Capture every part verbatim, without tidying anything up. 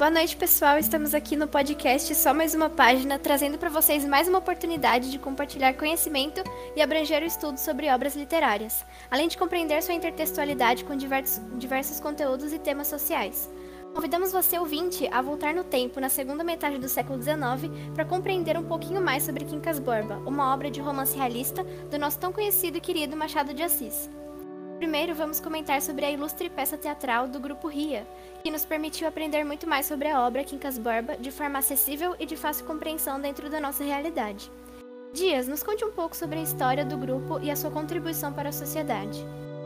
Boa noite, pessoal. Estamos aqui no podcast Só Mais Uma Página, trazendo para vocês mais uma oportunidade de compartilhar conhecimento e abranger o estudo sobre obras literárias, além de compreender sua intertextualidade com diversos, diversos conteúdos e temas sociais. Convidamos você, ouvinte, a voltar no tempo, na segunda metade do século dezenove, para compreender um pouquinho mais sobre Quincas Borba, uma obra de romance realista do nosso tão conhecido e querido Machado de Assis. Primeiro, vamos comentar sobre a ilustre peça teatral do Grupo Ria, que nos permitiu aprender muito mais sobre a obra Quincas Borba de forma acessível e de fácil compreensão dentro da nossa realidade. Dias, nos conte um pouco sobre a história do grupo e a sua contribuição para a sociedade.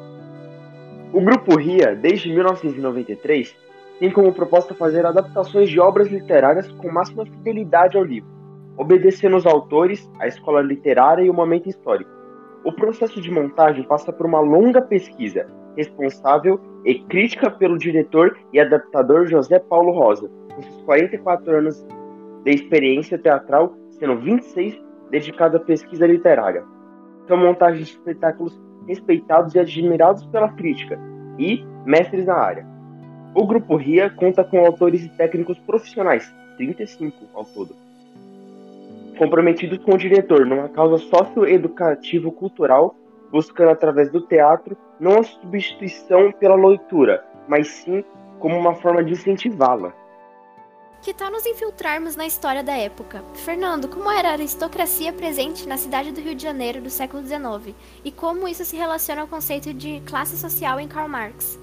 O Grupo Ria, desde mil novecentos e noventa e três, tem como proposta fazer adaptações de obras literárias com máxima fidelidade ao livro, obedecendo os autores, a escola literária e o momento histórico. O processo de montagem passa por uma longa pesquisa, responsável e crítica pelo diretor e adaptador José Paulo Rosa, com seus quarenta e quatro anos de experiência teatral, sendo vinte e seis dedicados à pesquisa literária. São montagens de espetáculos respeitados e admirados pela crítica e mestres na área. O Grupo Ria conta com autores e técnicos profissionais, trinta e cinco ao todo, comprometidos com o diretor numa causa socioeducativo-cultural, buscando através do teatro não a substituição pela leitura, mas sim como uma forma de incentivá-la. Que tal nos infiltrarmos na história da época? Fernando, como era a aristocracia presente na cidade do Rio de Janeiro do século dezenove? E como isso se relaciona ao conceito de classe social em Karl Marx?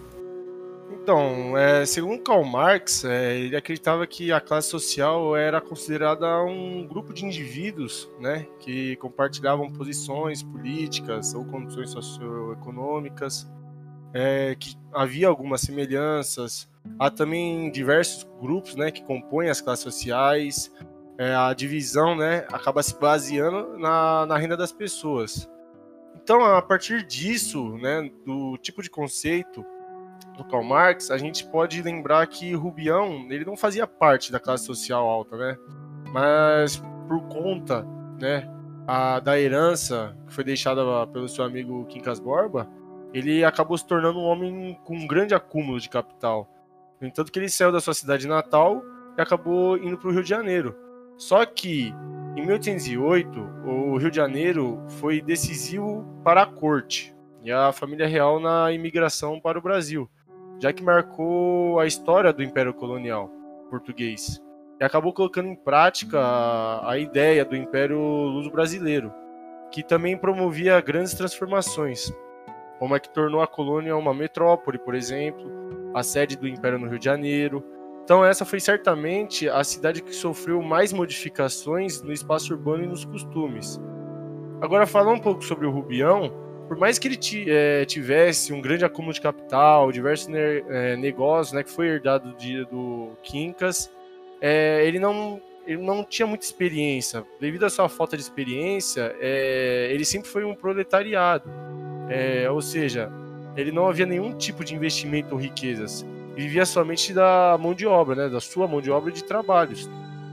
Então, é, segundo Karl Marx, é, ele acreditava que a classe social era considerada um grupo de indivíduos, né, que compartilhavam posições políticas ou condições socioeconômicas, é, que havia algumas semelhanças. Há também diversos grupos, né, que compõem as classes sociais. É, a divisão, né, acaba se baseando na, na renda das pessoas. Então, a partir disso, né, do tipo de conceito do Karl Marx, a gente pode lembrar que Rubião, ele não fazia parte da classe social alta, né? Mas por conta, né, a, da herança que foi deixada pelo seu amigo Quincas Borba, ele acabou se tornando um homem com um grande acúmulo de capital. No entanto, que ele saiu da sua cidade natal e acabou indo para o Rio de Janeiro. Só que, em mil oitocentos e oito, o Rio de Janeiro foi decisivo para a corte e a família real na imigração para o Brasil, já que marcou a história do Império Colonial português e acabou colocando em prática a, a ideia do Império Luso-Brasileiro, que também promovia grandes transformações, como a que tornou a colônia uma metrópole, por exemplo, a sede do Império no Rio de Janeiro. Então essa foi certamente a cidade que sofreu mais modificações no espaço urbano e nos costumes. Agora, falando um pouco sobre o Rubião, por mais que ele tivesse um grande acúmulo de capital, diversos negócios, né, que foi herdado de, do Quincas, é, ele, não, ele não tinha muita experiência. Devido à sua falta de experiência, é, ele sempre foi um proletariado. É, ou seja, ele não havia nenhum tipo de investimento ou riquezas. Ele vivia somente da mão de obra, né, da sua mão de obra e de trabalhos.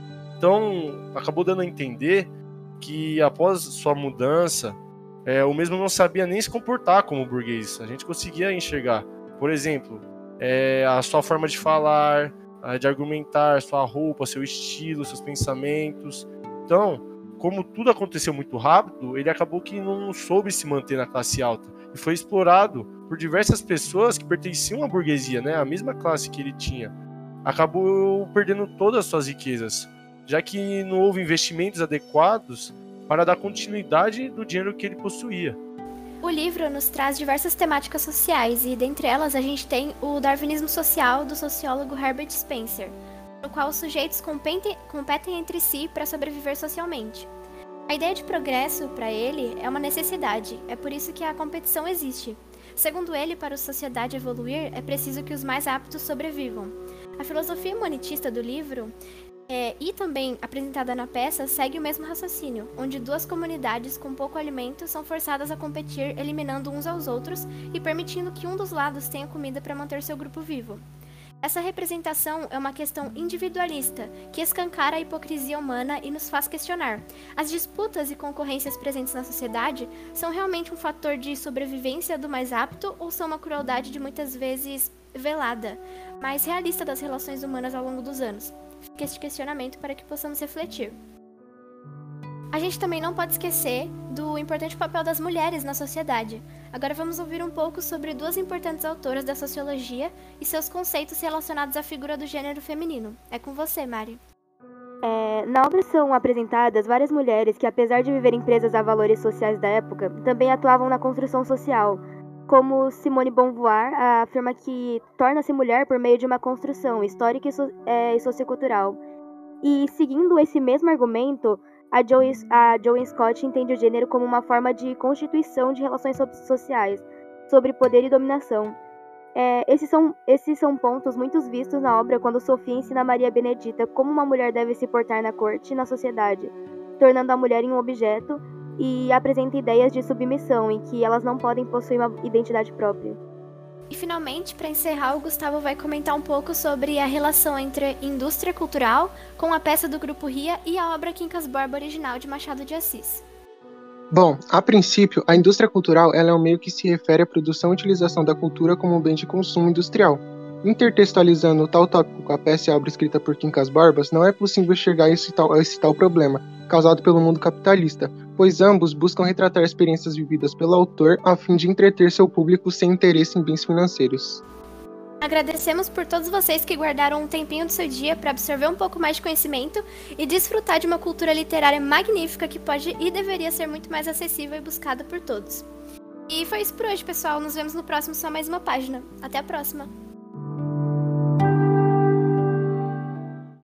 Então, acabou dando a entender que após sua mudança, É, o mesmo não sabia nem se comportar como burguês. A gente conseguia enxergar, por exemplo, é, a sua forma de falar, de argumentar, sua roupa, seu estilo, seus pensamentos. Então, como tudo aconteceu muito rápido, ele acabou que não soube se manter na classe alta e foi explorado por diversas pessoas que pertenciam à burguesia, né, a mesma classe que ele tinha. Acabou perdendo todas as suas riquezas, já que não houve investimentos adequados para dar continuidade do dinheiro que ele possuía. O livro nos traz diversas temáticas sociais e, dentre elas, a gente tem o darwinismo social do sociólogo Herbert Spencer, no qual os sujeitos competem, competem entre si para sobreviver socialmente. A ideia de progresso, para ele, é uma necessidade, é por isso que a competição existe. Segundo ele, para a sociedade evoluir, é preciso que os mais aptos sobrevivam. A filosofia monetista do livro É, e também apresentada na peça, segue o mesmo raciocínio, onde duas comunidades com pouco alimento são forçadas a competir, eliminando uns aos outros e permitindo que um dos lados tenha comida para manter seu grupo vivo. Essa representação é uma questão individualista, que escancara a hipocrisia humana e nos faz questionar. As disputas e concorrências presentes na sociedade são realmente um fator de sobrevivência do mais apto ou são uma crueldade de muitas vezes velada, mas realista das relações humanas ao longo dos anos? Fica este questionamento para que possamos refletir. A gente também não pode esquecer do importante papel das mulheres na sociedade. Agora vamos ouvir um pouco sobre duas importantes autoras da sociologia e seus conceitos relacionados à figura do gênero feminino. É com você, Mari. É, na obra são apresentadas várias mulheres que, apesar de viverem presas a valores sociais da época, também atuavam na construção social, como Simone de Beauvoir afirma que torna-se mulher por meio de uma construção histórica e, so, é, e sociocultural. E, seguindo esse mesmo argumento, A Joe, a Joe Scott entende o gênero como uma forma de constituição de relações sociais, sobre poder e dominação. É, esses, são, esses são pontos muito vistos na obra quando Sofia ensina a Maria Benedita como uma mulher deve se portar na corte e na sociedade, tornando a mulher em um objeto, e apresenta ideias de submissão, em que elas não podem possuir uma identidade própria. E finalmente, para encerrar, o Gustavo vai comentar um pouco sobre a relação entre indústria cultural com a peça do Grupo Ria e a obra Quincas Borba original de Machado de Assis. Bom, a princípio, a indústria cultural ela é um meio que se refere à produção e utilização da cultura como um bem de consumo industrial. Intertextualizando tal tópico com a peça e a obra escrita por Quincas Borba, não é possível enxergar esse tal, esse tal problema, causado pelo mundo capitalista, pois ambos buscam retratar experiências vividas pelo autor a fim de entreter seu público sem interesse em bens financeiros. Agradecemos por todos vocês que guardaram um tempinho do seu dia para absorver um pouco mais de conhecimento e desfrutar de uma cultura literária magnífica que pode e deveria ser muito mais acessível e buscada por todos. E foi isso por hoje, pessoal. Nos vemos no próximo Só Mais Uma Página. Até a próxima!